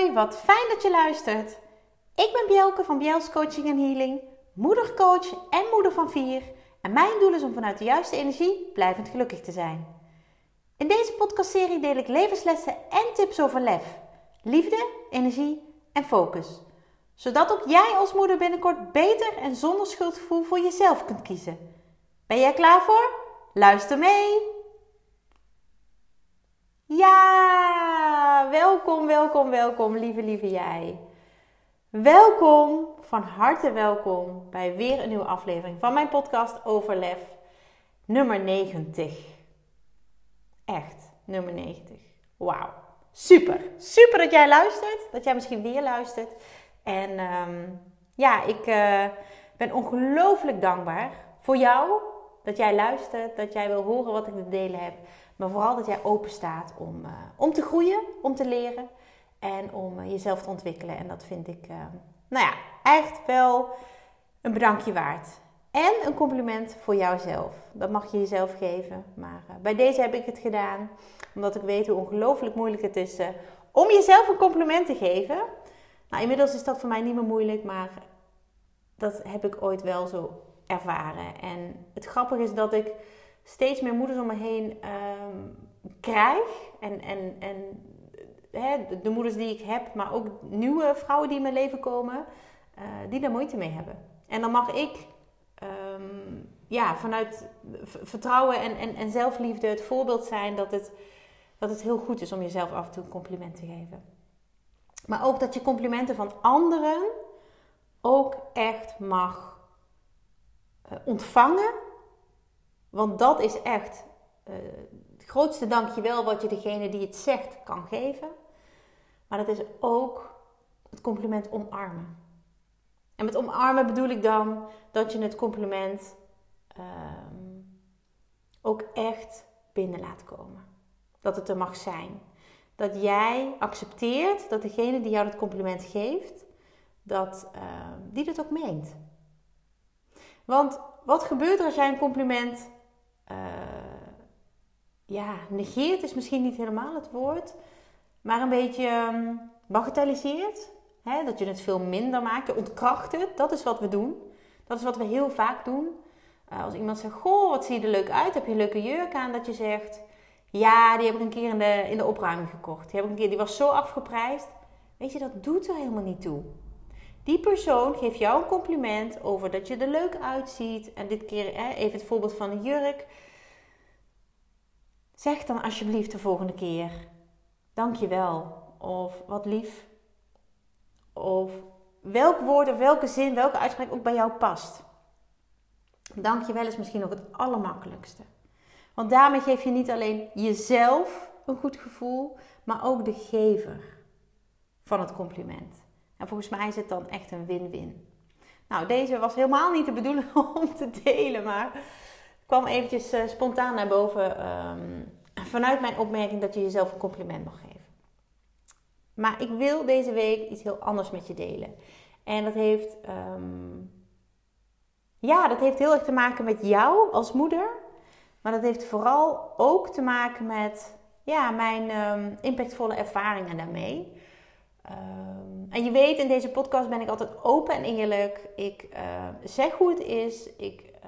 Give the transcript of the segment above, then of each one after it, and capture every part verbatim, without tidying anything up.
Hoi, wat fijn dat je luistert. Ik ben Bjelke van Bjels Coaching en Healing, moedercoach en moeder van vier. En mijn doel is om vanuit de juiste energie blijvend gelukkig te zijn. In deze podcastserie deel ik levenslessen en tips over lef, liefde, energie en focus. Zodat ook jij als moeder binnenkort beter en zonder schuldgevoel voor jezelf kunt kiezen. Ben jij klaar voor? Luister mee! Ja, welkom, welkom, welkom, lieve, lieve jij. Welkom, van harte welkom bij weer een nieuwe aflevering van mijn podcast over lef, nummer negentig. Echt, nummer negentig. Wauw, super, super dat jij luistert, dat jij misschien weer luistert. En um, ja, ik uh, ben ongelooflijk dankbaar voor jou, dat jij luistert, dat jij wil horen wat ik te delen heb. Maar vooral dat jij open staat om, uh, om te groeien, om te leren en om uh, jezelf te ontwikkelen. En dat vind ik, uh, nou ja, echt wel een bedankje waard. En een compliment voor jouzelf. Dat mag je jezelf geven. Maar uh, bij deze heb ik het gedaan, omdat ik weet hoe ongelooflijk moeilijk het is uh, om jezelf een compliment te geven. Nou, inmiddels is dat voor mij niet meer moeilijk, maar dat heb ik ooit wel zo ervaren. En het grappige is dat ik steeds meer moeders om me heen um, krijg. En, en, en hè, de, de moeders die ik heb, maar ook nieuwe vrouwen die in mijn leven komen, uh, die daar moeite mee hebben. En dan mag ik um, ja, vanuit v- vertrouwen en, en, en zelfliefde het voorbeeld zijn dat het, dat het heel goed is om jezelf af en toe een compliment te geven. Maar ook dat je complimenten van anderen ook echt mag uh, ontvangen. Want dat is echt uh, het grootste dankjewel wat je degene die het zegt kan geven. Maar dat is ook het compliment omarmen. En met omarmen bedoel ik dan dat je het compliment uh, ook echt binnen laat komen. Dat het er mag zijn. Dat jij accepteert dat degene die jou het compliment geeft, dat uh, die dat ook meent. Want wat gebeurt er als jij een compliment Uh, ja, negeert is misschien niet helemaal het woord, maar een beetje um, bagatelliseert. Hè? Dat je het veel minder maakt, je ontkracht het. Dat is wat we doen. Dat is wat we heel vaak doen. Uh, als iemand zegt, goh, wat zie je er leuk uit? Heb je een leuke jurk aan? Dat je zegt, ja, die heb ik een keer in de, in de opruiming gekocht. Die, heb ik een keer, die was zo afgeprijsd. Weet je, dat doet er helemaal niet toe. Die persoon geeft jou een compliment over dat je er leuk uitziet. En dit keer hè, even het voorbeeld van een jurk. Zeg dan alsjeblieft de volgende keer, dankjewel. Of wat lief. Of welk woord of welke zin, welke uitspraak ook bij jou past. Dankjewel is misschien ook het allermakkelijkste. Want daarmee geef je niet alleen jezelf een goed gevoel, maar ook de gever van het compliment. En volgens mij is het dan echt een win-win. Nou, deze was helemaal niet de bedoeling om te delen, maar kwam eventjes uh, spontaan naar boven um, vanuit mijn opmerking dat je jezelf een compliment mag geven. Maar ik wil deze week iets heel anders met je delen. En dat heeft, um, ja, dat heeft heel erg te maken met jou als moeder. Maar dat heeft vooral ook te maken met ja, mijn um, impactvolle ervaringen daarmee. Um, en je weet, in deze podcast ben ik altijd open en eerlijk. Ik uh, zeg hoe het is. Ik, uh,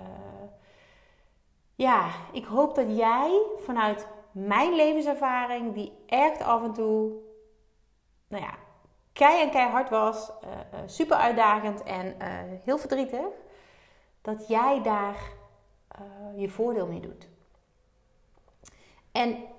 ja, ik hoop dat jij vanuit mijn levenservaring, die echt af en toe, nou ja, kei en keihard was, uh, uh, super uitdagend en uh, heel verdrietig, dat jij daar uh, je voordeel mee doet. En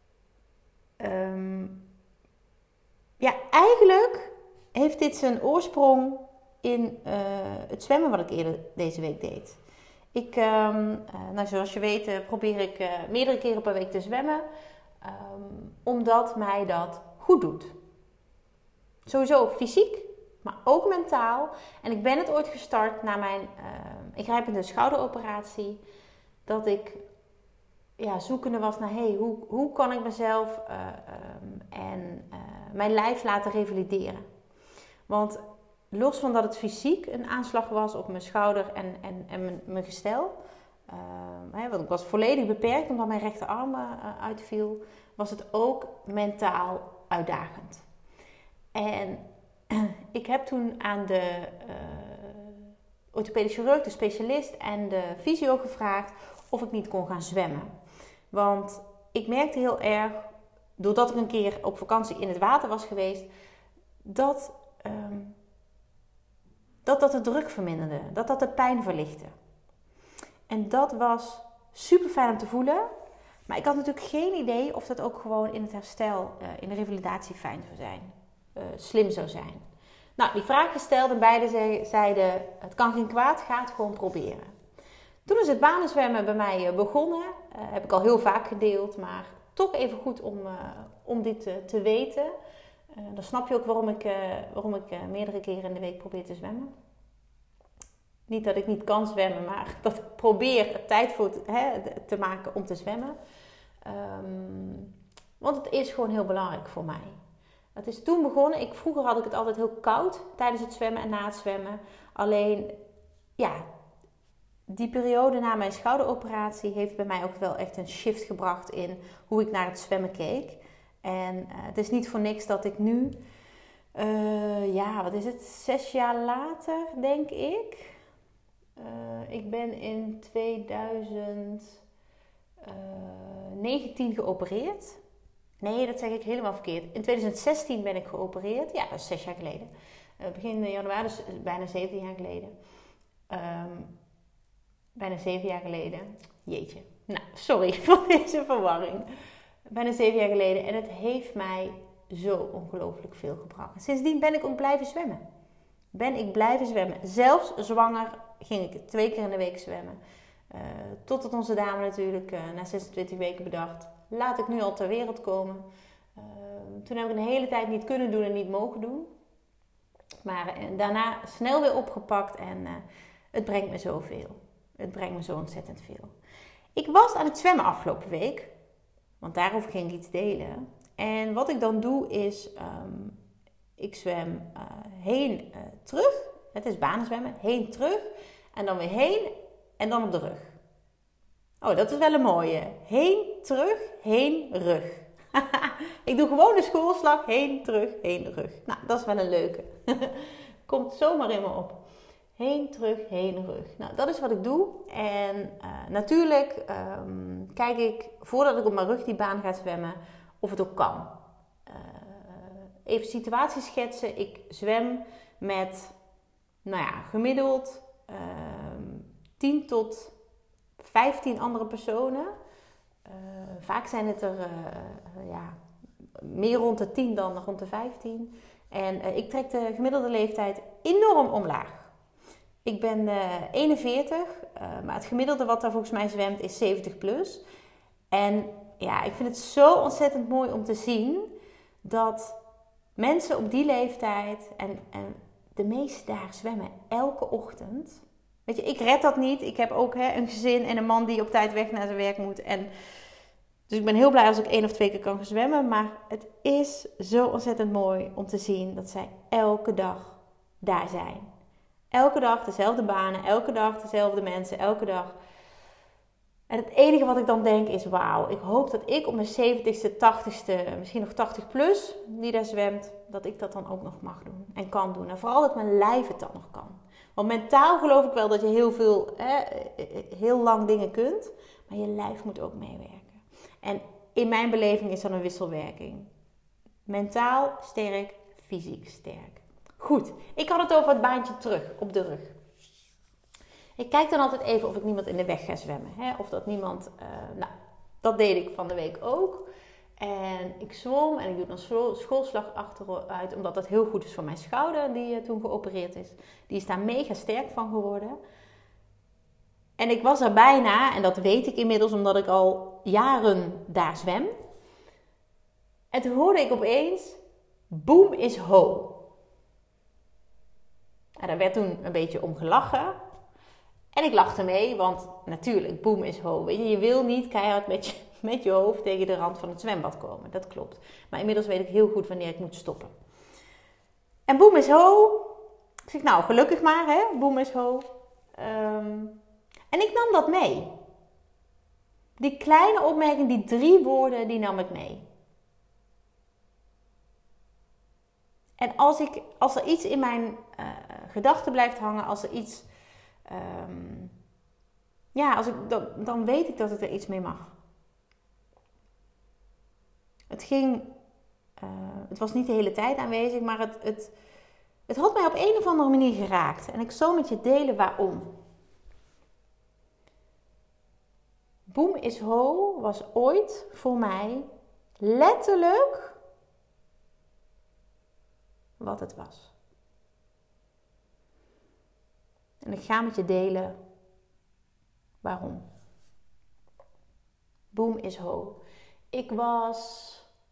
um, ja, eigenlijk heeft dit zijn oorsprong in uh, het zwemmen wat ik eerder deze week deed. Ik, um, uh, nou, zoals je weet, uh, probeer ik uh, meerdere keren per week te zwemmen. Um, omdat mij dat goed doet. Sowieso fysiek, maar ook mentaal. En ik ben het ooit gestart na mijn uh, ingrijpende schouderoperatie. Dat ik ja, zoekende was naar, hey, hoe, hoe kan ik mezelf uh, um, en uh, mijn lijf laten revalideren. Want los van dat het fysiek een aanslag was op mijn schouder en, en, en mijn, mijn gestel. Uh, hè, want ik was volledig beperkt omdat mijn rechterarm uh, uitviel. Was het ook mentaal uitdagend. En ik heb toen aan de uh, orthopedische chirurg, de specialist en de fysio gevraagd of ik niet kon gaan zwemmen. Want ik merkte heel erg, doordat ik een keer op vakantie in het water was geweest, dat um, dat, dat de druk verminderde, dat dat de pijn verlichtte. En dat was super fijn om te voelen. Maar ik had natuurlijk geen idee of dat ook gewoon in het herstel, uh, in de revalidatie fijn zou zijn. Uh, slim zou zijn. Nou, die vraag gesteld en beide ze- zeiden, het kan geen kwaad, ga het gewoon proberen. Toen is het banenzwemmen bij mij uh, begonnen. Uh, heb ik al heel vaak gedeeld, maar toch even goed om, uh, om dit uh, te weten. Uh, dan snap je ook waarom ik, uh, waarom ik uh, meerdere keren in de week probeer te zwemmen. Niet dat ik niet kan zwemmen, maar dat ik probeer tijd voor te, hè, te maken om te zwemmen. Um, want het is gewoon heel belangrijk voor mij. Het is toen begonnen. Ik, vroeger had ik het altijd heel koud tijdens het zwemmen en na het zwemmen. Alleen, ja, die periode na mijn schouderoperatie heeft bij mij ook wel echt een shift gebracht in hoe ik naar het zwemmen keek. En uh, het is niet voor niks dat ik nu, uh, ja, wat is het, zes jaar later, denk ik. Uh, ik ben in tweeduizend negentien geopereerd. Nee, dat zeg ik helemaal verkeerd. In tweeduizend zestien ben ik geopereerd. Ja, dat is zes jaar geleden. Uh, begin januari, dus bijna zeven jaar geleden. Um, bijna zeven jaar geleden. Jeetje. Nou, sorry voor deze verwarring. Bijna zeven jaar geleden. En het heeft mij zo ongelooflijk veel gebracht. En sindsdien ben ik ook blijven zwemmen. Ben ik blijven zwemmen. Zelfs zwanger ging ik twee keer in de week zwemmen. Uh, totdat onze dame natuurlijk uh, na zesentwintig weken bedacht, laat ik nu al ter wereld komen. Uh, toen heb ik een hele tijd niet kunnen doen en niet mogen doen. Maar uh, daarna snel weer opgepakt en uh, het brengt me zoveel. Het brengt me zo ontzettend veel. Ik was aan het zwemmen afgelopen week, want daarover ging ik iets delen. En wat ik dan doe is, um, ik zwem uh, heen, uh, terug. Het is banenzwemmen, heen, terug. En dan weer heen en dan op de rug. Oh, dat is wel een mooie. Heen, terug, heen, rug. Ik doe gewoon de schoolslag. Heen, terug, heen, rug. Nou, dat is wel een leuke. Komt zomaar in me op. Heen, terug, heen, rug. Nou, dat is wat ik doe. En uh, natuurlijk um, kijk ik, voordat ik op mijn rug die baan ga zwemmen, of het ook kan. Uh, even situatie schetsen. Ik zwem met, nou ja, gemiddeld uh, tien tot vijftien andere personen. Uh, vaak zijn het er uh, uh, ja, meer rond de tien dan rond de vijftien. En uh, ik trek de gemiddelde leeftijd enorm omlaag. Ik ben uh, eenenveertig, uh, maar het gemiddelde wat daar volgens mij zwemt is zeventig plus. En ja, ik vind het zo ontzettend mooi om te zien dat mensen op die leeftijd, en, en de meeste daar zwemmen elke ochtend. Weet je, ik red dat niet. Ik heb ook hè, een gezin en een man die op tijd weg naar zijn werk moet. En dus ik ben heel blij als ik één of twee keer kan gaan zwemmen. Maar het is zo ontzettend mooi om te zien dat zij elke dag daar zijn. Elke dag dezelfde banen, elke dag dezelfde mensen, elke dag. En het enige wat ik dan denk is, wauw, ik hoop dat ik op mijn zeventigste, tachtigste, misschien nog tachtig plus, die daar zwemt, dat ik dat dan ook nog mag doen en kan doen. En vooral dat mijn lijf het dan nog kan. Want mentaal geloof ik wel dat je heel veel, eh, heel lang dingen kunt, maar je lijf moet ook meewerken. En in mijn beleving is dat een wisselwerking. Mentaal sterk, fysiek sterk. Goed, ik had het over het baantje terug op de rug. Ik kijk dan altijd even of ik niemand in de weg ga zwemmen. Hè? Of dat niemand, uh, nou, dat deed ik van de week ook. En ik zwom en ik doe dan school, schoolslag achteruit, omdat dat heel goed is voor mijn schouder, die uh, toen geopereerd is. Die is daar mega sterk van geworden. En ik was er bijna, en dat weet ik inmiddels omdat ik al jaren daar zwem. En toen hoorde ik opeens, boom is ho. En daar werd toen een beetje om gelachen. En ik lachte mee, want natuurlijk, boom is ho. Weet je, je wil niet keihard met je, met je hoofd tegen de rand van het zwembad komen. Dat klopt. Maar inmiddels weet ik heel goed wanneer ik moet stoppen. En boom is ho. Ik zeg, nou, gelukkig maar, hè. Boom is ho. Um, en ik nam dat mee. Die kleine opmerking, die drie woorden, die nam ik mee. En als, ik, als er iets in mijn uh, gedachten blijft hangen, als er iets... Um, ja, als ik, dan, dan weet ik dat het er iets mee mag. Het ging... Uh, het was niet de hele tijd aanwezig, maar het, het, het had mij op een of andere manier geraakt. En ik zal met je delen waarom. Boom is Ho was ooit voor mij letterlijk wat het was. En ik ga met je delen waarom. Boom is Ho. Ik was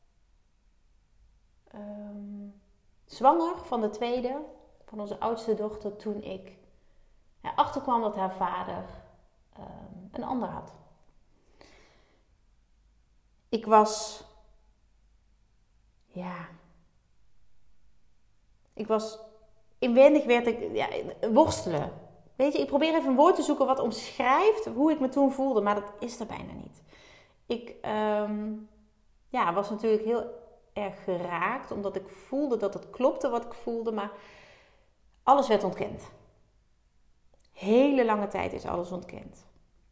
um, zwanger van de tweede, van onze oudste dochter, toen ik erachter kwam dat haar vader um, een ander had. Ik was, ja, ik was, inwendig werd ik, ja, worstelen. Weet je, ik probeer even een woord te zoeken wat omschrijft hoe ik me toen voelde, maar dat is er bijna niet. Ik um, ja, was natuurlijk heel erg geraakt, omdat ik voelde dat het klopte wat ik voelde, maar alles werd ontkend. Hele lange tijd is alles ontkend.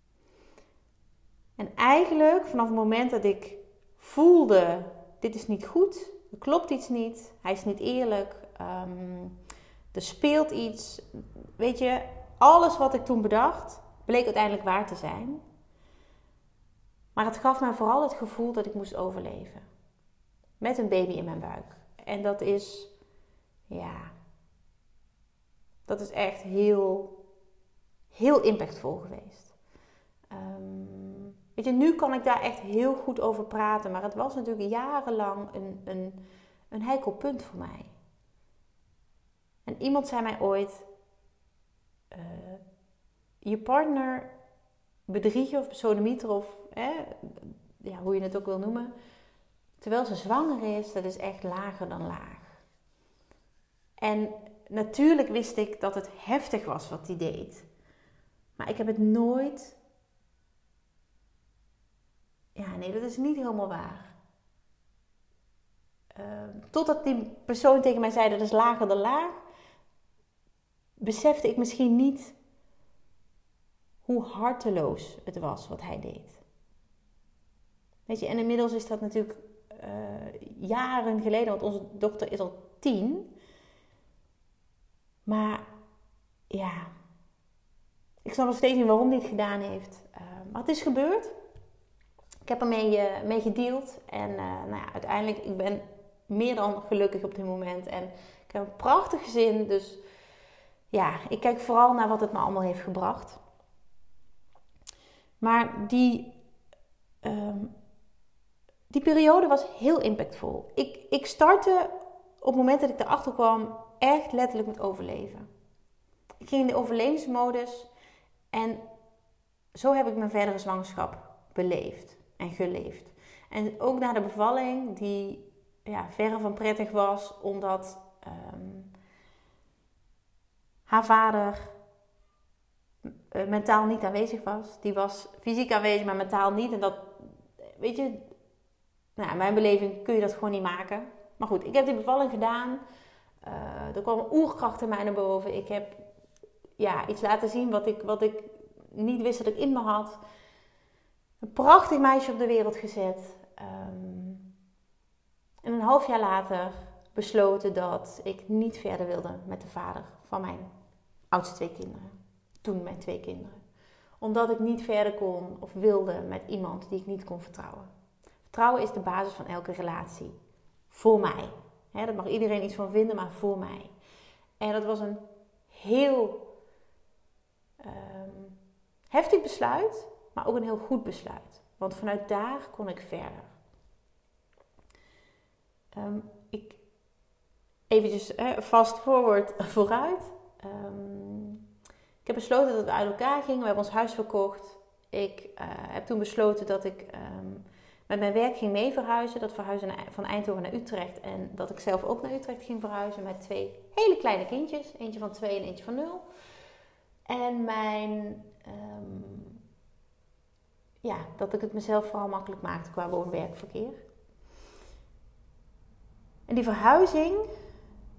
En eigenlijk vanaf het moment dat ik voelde, dit is niet goed, er klopt iets niet, hij is niet eerlijk, um, er speelt iets. Weet je, alles wat ik toen bedacht, bleek uiteindelijk waar te zijn. Maar het gaf mij vooral het gevoel dat ik moest overleven. Met een baby in mijn buik. En dat is, ja, dat is echt heel, heel impactvol geweest. Um, weet je, nu kan ik daar echt heel goed over praten. Maar het was natuurlijk jarenlang een, een, een heikel punt voor mij. En iemand zei mij ooit, uh, je partner bedriegen of besodemieteren of hè, ja, hoe je het ook wil noemen, terwijl ze zwanger is, dat is echt lager dan laag. En natuurlijk wist ik dat het heftig was wat hij deed. Maar ik heb het nooit... Ja, nee, dat is niet helemaal waar. Uh, totdat die persoon tegen mij zei, dat is lager dan laag, besefte ik misschien niet hoe harteloos het was wat hij deed. Weet je, en inmiddels is dat natuurlijk uh, jaren geleden, want onze dochter is al tien. Maar ja, ik snap nog steeds niet waarom hij het gedaan heeft. Uh, maar het is gebeurd. Ik heb ermee uh, mee gedeeld. En uh, nou ja, uiteindelijk, ik ben meer dan gelukkig op dit moment. En ik heb een prachtig gezin. Dus ja, ik kijk vooral naar wat het me allemaal heeft gebracht. Maar die, um, die periode was heel impactvol. Ik, ik startte op het moment dat ik erachter kwam echt letterlijk met overleven. Ik ging in de overlevingsmodus en zo heb ik mijn verdere zwangerschap beleefd en geleefd. En ook na de bevalling, die ja, verre van prettig was, omdat um, haar vader uh, mentaal niet aanwezig was. Die was fysiek aanwezig, maar mentaal niet. En dat, weet je, nou, in mijn beleving kun je dat gewoon niet maken. Maar goed, ik heb die bevalling gedaan. Uh, er kwam een oerkracht in mij naar boven. Ik heb ja, iets laten zien wat ik, wat ik niet wist dat ik in me had. Een prachtig meisje op de wereld gezet. Um, en een half jaar later besloten dat ik niet verder wilde met de vader van mijn oudste twee kinderen. Toen mijn twee kinderen. Omdat ik niet verder kon of wilde met iemand die ik niet kon vertrouwen. Vertrouwen is de basis van elke relatie. Voor mij. He, daar mag iedereen iets van vinden, maar voor mij. En dat was een heel um, heftig besluit, maar ook een heel goed besluit. Want vanuit daar kon ik verder. Um, ik, eventjes eh, fast forward vooruit. Um, ik heb besloten dat we uit elkaar gingen. We hebben ons huis verkocht. Ik uh, heb toen besloten dat ik um, met mijn werk ging mee verhuizen. Dat verhuizen van Eindhoven naar Utrecht. En dat ik zelf ook naar Utrecht ging verhuizen met twee hele kleine kindjes. Eentje van twee en eentje van nul. En mijn... Um, ja, dat ik het mezelf vooral makkelijk maakte qua woon-werkverkeer. En die verhuizing,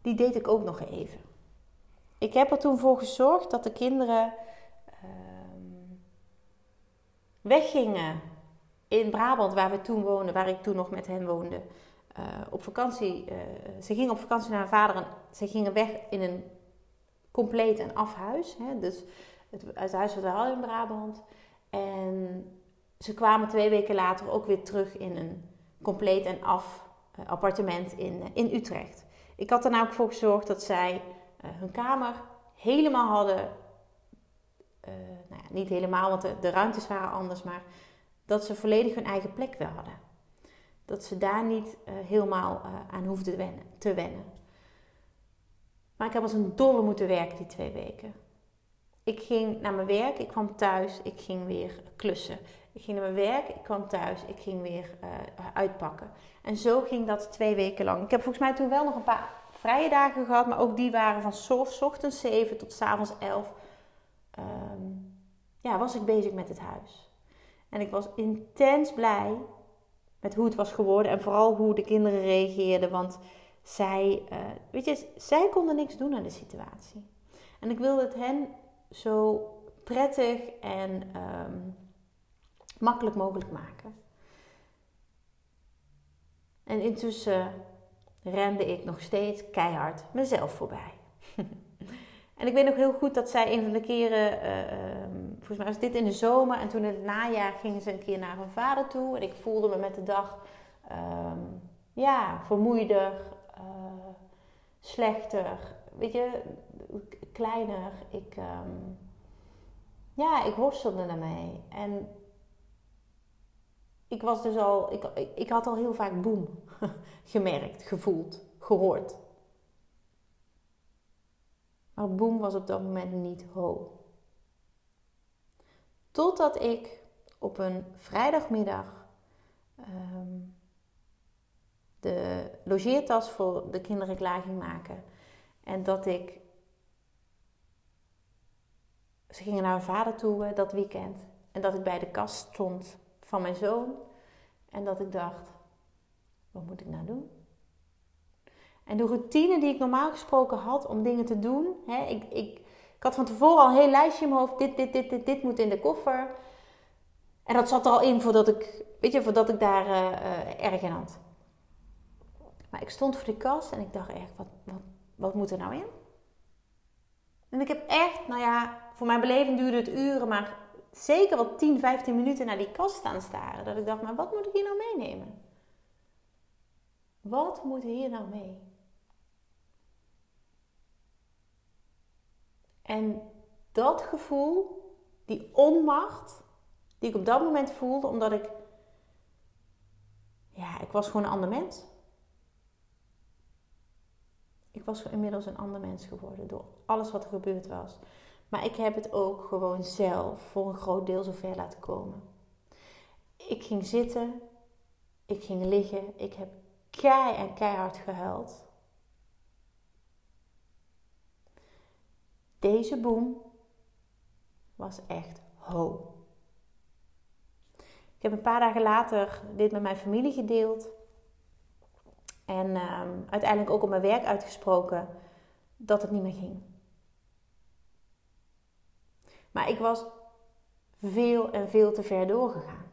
die deed ik ook nog even. Ik heb er toen voor gezorgd dat de kinderen uh, weggingen in Brabant, waar we toen woonden, waar ik toen nog met hen woonde. Uh, op vakantie, uh, ze gingen op vakantie naar haar vader en ze gingen weg in een compleet en afhuis. Hè? Dus het, het huis was al in Brabant. En ze kwamen twee weken later ook weer terug in een compleet en af uh, appartement in, uh, in Utrecht. Ik had er namelijk voor gezorgd dat zij uh, hun kamer helemaal hadden. Uh, nou ja, niet helemaal, want de, de ruimtes waren anders, maar dat ze volledig hun eigen plek weer hadden. Dat ze daar niet uh, helemaal uh, aan hoefden te wennen, te wennen. Maar ik heb als een dolle moeten werken die twee weken. Ik ging naar mijn werk, ik kwam thuis, ik ging weer klussen. Ik ging naar mijn werk, ik kwam thuis, ik ging weer uh, uitpakken. En zo ging dat twee weken lang. Ik heb volgens mij toen wel nog een paar vrije dagen gehad, maar ook die waren van 's ochtends zeven tot 's avonds elf. Um, ja, was ik bezig met het huis. En ik was intens blij met hoe het was geworden en vooral hoe de kinderen reageerden, want zij, uh, weet je, zij konden niks doen aan de situatie. En ik wilde het hen zo prettig en um, makkelijk mogelijk maken. En intussen rende ik nog steeds keihard mezelf voorbij. En ik weet nog heel goed dat zij een van de keren, uh, um, volgens mij was dit in de zomer en toen in het najaar gingen ze een keer naar hun vader toe. En ik voelde me met de dag um, ja, vermoeider, uh, slechter, weet je, kleiner. Ik, um, ja, ik worstelde ermee. En ik was dus al, ik, ik, ik had al heel vaak boem gemerkt, gevoeld, gehoord. Maar boem was op dat moment niet ho. Totdat ik op een vrijdagmiddag um, de logeertas voor de kinderen klaar ging maken. En dat ik... Ze gingen naar hun vader toe dat weekend. En dat ik bij de kast stond van mijn zoon. En dat ik dacht, wat moet ik nou doen? En de routine die ik normaal gesproken had om dingen te doen. Hè, ik, ik, ik had van tevoren al een heel lijstje in mijn hoofd. Dit, dit, dit, dit, dit moet in de koffer. En dat zat er al in voordat ik, weet je, voordat ik daar uh, uh, erg in had. Maar ik stond voor de kast en ik dacht echt, wat, wat, wat moet er nou in? En ik heb echt, nou ja, voor mijn beleving duurde het uren, maar zeker wel tien, vijftien minuten naar die kast staan staren. Dat ik dacht, maar wat moet ik hier nou meenemen? Wat moet hier nou mee? En dat gevoel, die onmacht, die ik op dat moment voelde, omdat ik, ja, ik was gewoon een ander mens. Ik was inmiddels een ander mens geworden door alles wat er gebeurd was. Maar ik heb het ook gewoon zelf voor een groot deel zover laten komen. Ik ging zitten, ik ging liggen, ik heb kei en keihard gehuild. Deze boem was echt ho. Ik heb een paar dagen later dit met mijn familie gedeeld. En um, uiteindelijk ook op mijn werk uitgesproken dat het niet meer ging. Maar ik was veel en veel te ver doorgegaan.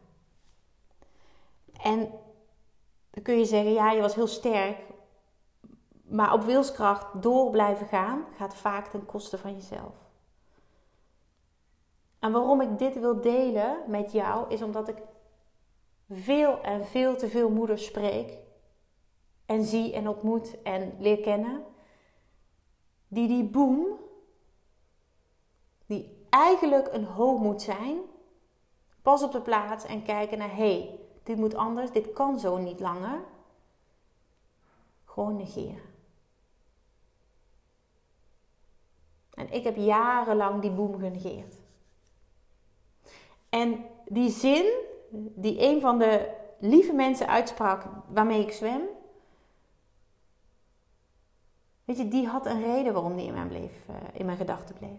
En dan kun je zeggen, ja, je was heel sterk. Maar op wilskracht door blijven gaan gaat vaak ten koste van jezelf. En waarom ik dit wil delen met jou is omdat ik veel en veel te veel moeders spreek. En zie en ontmoet en leer kennen. Die die boem, die eigenlijk een ho moet zijn, pas op de plaats en kijken naar, hé, hey, dit moet anders, dit kan zo niet langer. Gewoon negeren. En ik heb jarenlang die boem genegeerd. En die zin, die een van de lieve mensen uitsprak waarmee ik zwem, weet je, die had een reden waarom die in mijn, bleef, uh, in mijn gedachten bleef.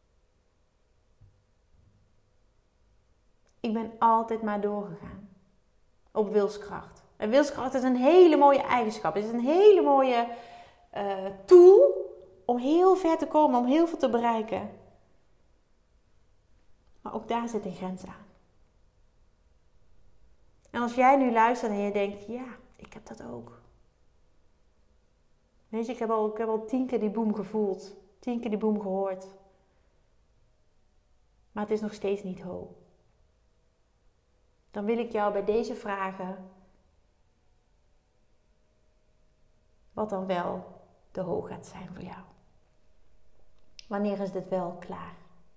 Ik ben altijd maar doorgegaan. Op wilskracht. En wilskracht is een hele mooie eigenschap. Het is een hele mooie uh, tool om heel ver te komen, om heel veel te bereiken. Maar ook daar zit een grens aan. En als jij nu luistert en je denkt, ja, ik heb dat ook. Weet je, ik heb al, ik heb al tien keer die boem gevoeld. Tien keer die boem gehoord. Maar het is nog steeds niet ho. Dan wil ik jou bij deze vragen, wat dan wel de ho gaat zijn voor jou. Wanneer is dit wel klaar?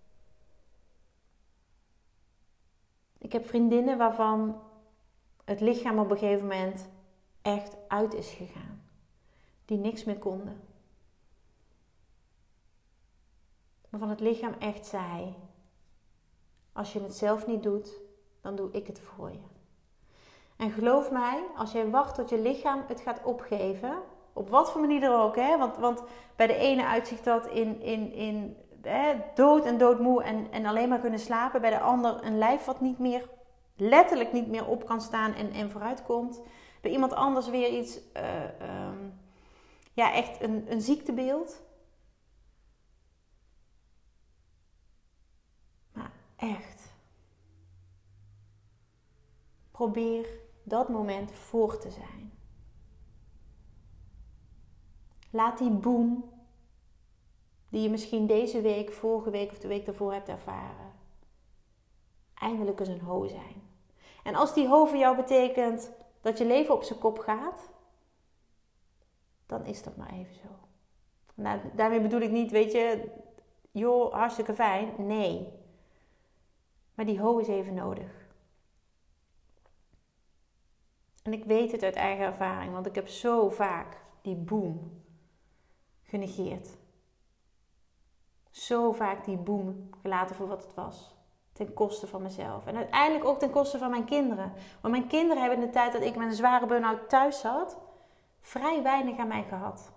Ik heb vriendinnen waarvan het lichaam op een gegeven moment echt uit is gegaan. Die niks meer konden. Waarvan het lichaam echt zei, als je het zelf niet doet, dan doe ik het voor je. En geloof mij, als jij wacht tot je lichaam het gaat opgeven, op wat voor manier dan ook, hè? Want, want bij de ene uitzicht dat in, in, in hè, dood en doodmoe en, en alleen maar kunnen slapen. Bij de ander een lijf wat niet meer, letterlijk niet meer op kan staan en, en vooruit komt. Bij iemand anders weer iets, uh, um, ja echt een, een ziektebeeld. Maar echt, probeer dat moment voor te zijn. Laat die boem, die je misschien deze week, vorige week of de week daarvoor hebt ervaren, eindelijk eens een ho zijn. En als die ho voor jou betekent dat je leven op zijn kop gaat, dan is dat maar even zo. Nou, daarmee bedoel ik niet, weet je, joh, hartstikke fijn. Nee. Maar die ho is even nodig. En ik weet het uit eigen ervaring, want ik heb zo vaak die boem genegeerd. Zo vaak die boem gelaten voor wat het was. Ten koste van mezelf. En uiteindelijk ook ten koste van mijn kinderen. Want mijn kinderen hebben in de tijd dat ik met een zware burn-out thuis zat, vrij weinig aan mij gehad.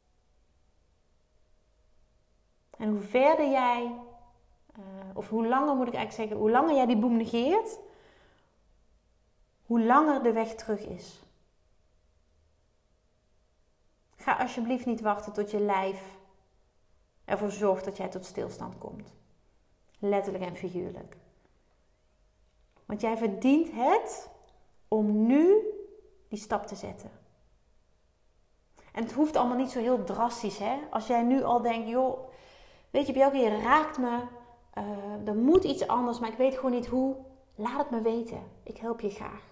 En hoe verder jij, uh, of hoe langer moet ik eigenlijk zeggen, hoe langer jij die boem negeert, hoe langer de weg terug is. Ga alsjeblieft niet wachten tot je lijf ervoor zorgt dat jij tot stilstand komt. Letterlijk en figuurlijk. Want jij verdient het om nu die stap te zetten. En het hoeft allemaal niet zo heel drastisch, hè. Als jij nu al denkt, joh, weet je, Bjelke, je raakt me. Uh, er moet iets anders, maar ik weet gewoon niet hoe. Laat het me weten. Ik help je graag.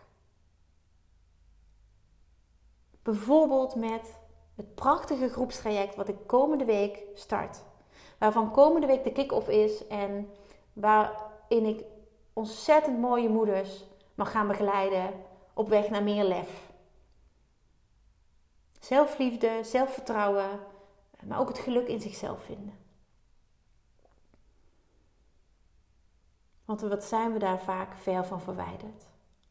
Bijvoorbeeld met het prachtige groepstraject wat ik komende week start. Waarvan komende week de kick-off is en waarin ik ontzettend mooie moeders mag gaan begeleiden op weg naar meer lef. Zelfliefde, zelfvertrouwen, maar ook het geluk in zichzelf vinden. Want wat zijn we daar vaak ver van verwijderd.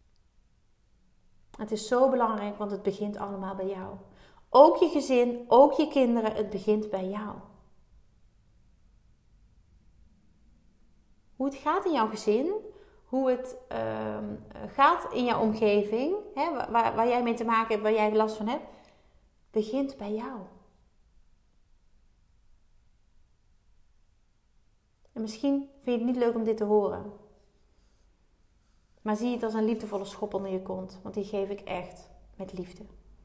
Het is zo belangrijk, want het begint allemaal bij jou. Ook je gezin, ook je kinderen, het begint bij jou. Hoe het gaat in jouw gezin, hoe het uh, gaat in jouw omgeving, hè, waar, waar jij mee te maken hebt, waar jij last van hebt, begint bij jou. En misschien vind je het niet leuk om dit te horen. Maar zie het als een liefdevolle schop onder je kont, want die geef ik echt met liefde.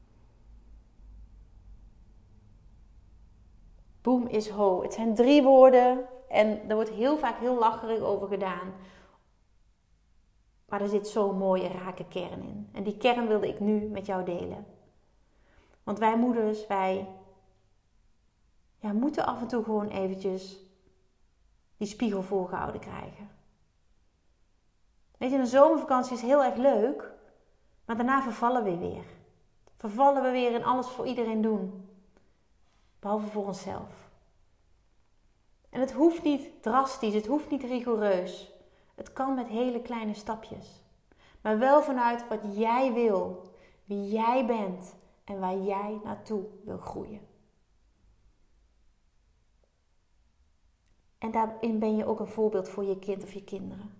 Boem is ho. Het zijn drie woorden en er wordt heel vaak heel lacherig over gedaan. Maar er zit zo'n mooie rake kern in. En die kern wilde ik nu met jou delen. Want wij moeders, wij ja, moeten af en toe gewoon eventjes die spiegel voorgehouden krijgen. Weet je, een zomervakantie is heel erg leuk, maar daarna vervallen we weer. Vervallen we weer in alles voor iedereen doen. Behalve voor onszelf. En het hoeft niet drastisch, het hoeft niet rigoureus. Het kan met hele kleine stapjes. Maar wel vanuit wat jij wil, wie jij bent en waar jij naartoe wil groeien. En daarin ben je ook een voorbeeld voor je kind of je kinderen.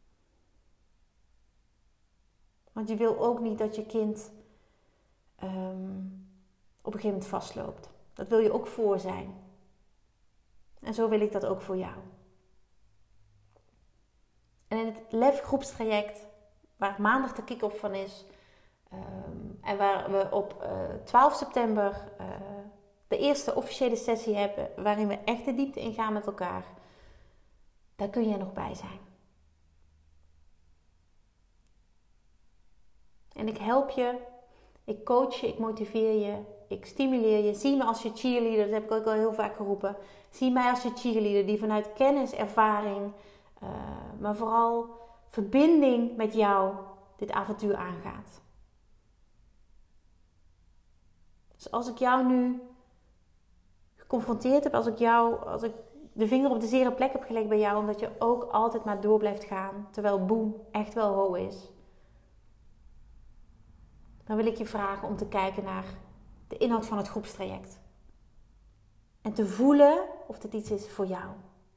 Want je wil ook niet dat je kind um, op een gegeven moment vastloopt. Dat wil je ook voor zijn. En zo wil ik dat ook voor jou. En in het Lef groepstraject, waar maandag de kick-off van is, um, en waar we op uh, twaalf september uh, de eerste officiële sessie hebben, waarin we echt de diepte ingaan met elkaar, daar kun je nog bij zijn. En ik help je, ik coach je, ik motiveer je, ik stimuleer je. Zie me als je cheerleader, dat heb ik ook al heel vaak geroepen. Zie mij als je cheerleader die vanuit kennis, ervaring, uh, maar vooral verbinding met jou dit avontuur aangaat. Dus als ik jou nu geconfronteerd heb, als ik jou, als ik de vinger op de zere plek heb gelegd bij jou, omdat je ook altijd maar door blijft gaan, terwijl boem echt wel ho is, dan wil ik je vragen om te kijken naar de inhoud van het groepstraject. En te voelen of dit iets is voor jou.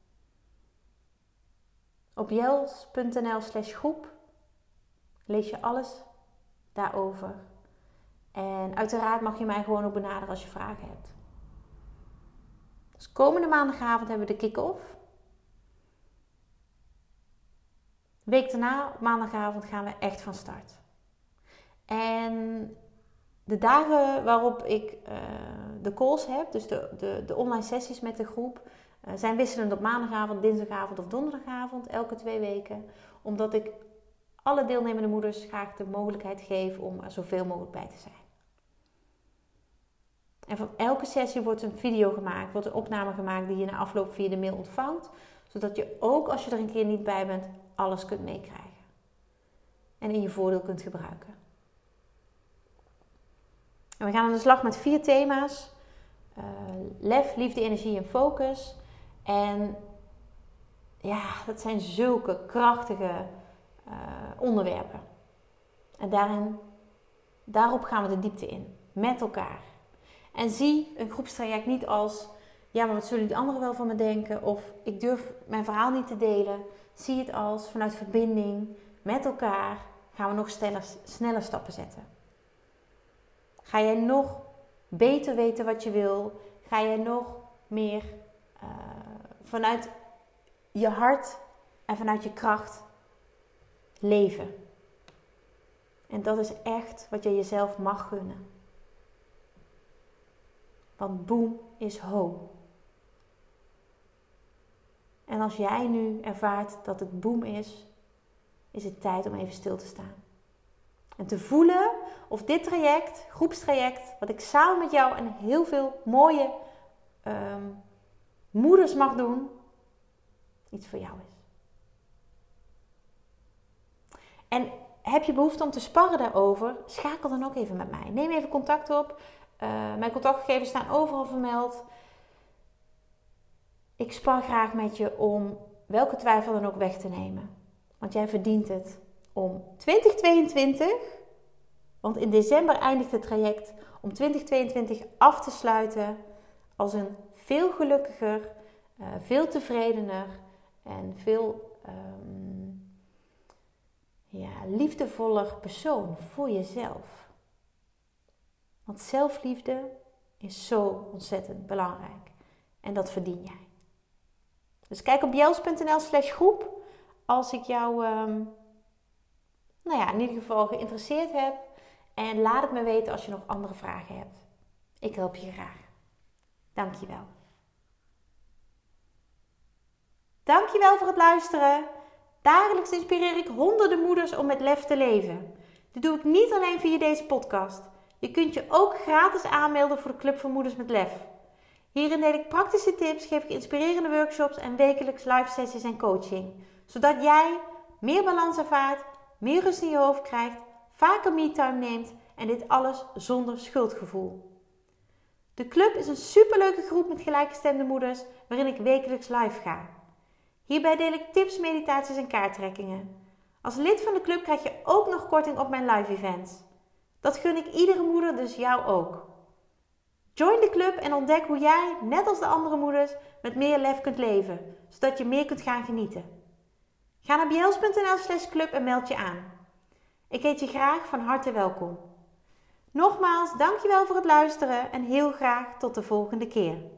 Op jels.nl slash groep lees je alles daarover. En uiteraard mag je mij gewoon ook benaderen als je vragen hebt. Dus komende maandagavond hebben we de kick-off. Week daarna, op maandagavond, gaan we echt van start. En de dagen waarop ik uh, de calls heb, dus de, de, de online sessies met de groep, uh, zijn wisselend op maandagavond, dinsdagavond of donderdagavond, elke twee weken. Omdat ik alle deelnemende moeders graag de mogelijkheid geef om er zoveel mogelijk bij te zijn. En van elke sessie wordt een video gemaakt, wordt een opname gemaakt die je na afloop via de mail ontvangt. Zodat je ook als je er een keer niet bij bent, alles kunt meekrijgen. En in je voordeel kunt gebruiken. En we gaan aan de slag met vier thema's. Uh, lef, liefde, energie en focus. En ja, dat zijn zulke krachtige uh, onderwerpen. En daarin, daarop gaan we de diepte in. Met elkaar. En zie een groepstraject niet als, ja, maar wat zullen die anderen wel van me denken? Of ik durf mijn verhaal niet te delen. Zie het als vanuit verbinding, met elkaar, gaan we nog sneller, sneller stappen zetten. Ga jij nog beter weten wat je wil? Ga jij nog meer uh, vanuit je hart en vanuit je kracht leven? En dat is echt wat je jezelf mag gunnen. Want boem is ho. En als jij nu ervaart dat het boem is, is het tijd om even stil te staan. En te voelen of dit traject, groepstraject, wat ik samen met jou en heel veel mooie um, moeders mag doen, iets voor jou is. En heb je behoefte om te sparren daarover, schakel dan ook even met mij. Neem even contact op. Uh, mijn contactgegevens staan overal vermeld. Ik spar graag met je om welke twijfel dan ook weg te nemen. Want jij verdient het om twintig tweeëntwintig, want in december eindigt het traject, om twintig tweeëntwintig af te sluiten als een veel gelukkiger, uh, veel tevredener en veel um, ja, liefdevoller persoon voor jezelf. Want zelfliefde is zo ontzettend belangrijk. En dat verdien jij. Dus kijk op jels.nl slash groep als ik jou um, nou ja, in ieder geval geïnteresseerd heb. En laat het me weten als je nog andere vragen hebt. Ik help je graag. Dankjewel. Dankjewel voor het luisteren. Dagelijks inspireer ik honderden moeders om met lef te leven. Dit doe ik niet alleen via deze podcast. Je kunt je ook gratis aanmelden voor de Club voor Moeders met Lef. Hierin deel ik praktische tips, geef ik inspirerende workshops en wekelijks live sessies en coaching. Zodat jij meer balans ervaart, meer rust in je hoofd krijgt, vaker me-time neemt en dit alles zonder schuldgevoel. De club is een superleuke groep met gelijkgestemde moeders waarin ik wekelijks live ga. Hierbij deel ik tips, meditaties en kaarttrekkingen. Als lid van de club krijg je ook nog korting op mijn live events. Dat gun ik iedere moeder, dus jou ook. Join de club en ontdek hoe jij, net als de andere moeders, met meer lef kunt leven, zodat je meer kunt gaan genieten. Ga naar bjels.nl slash club en meld je aan. Ik heet je graag van harte welkom. Nogmaals, dankjewel voor het luisteren en heel graag tot de volgende keer.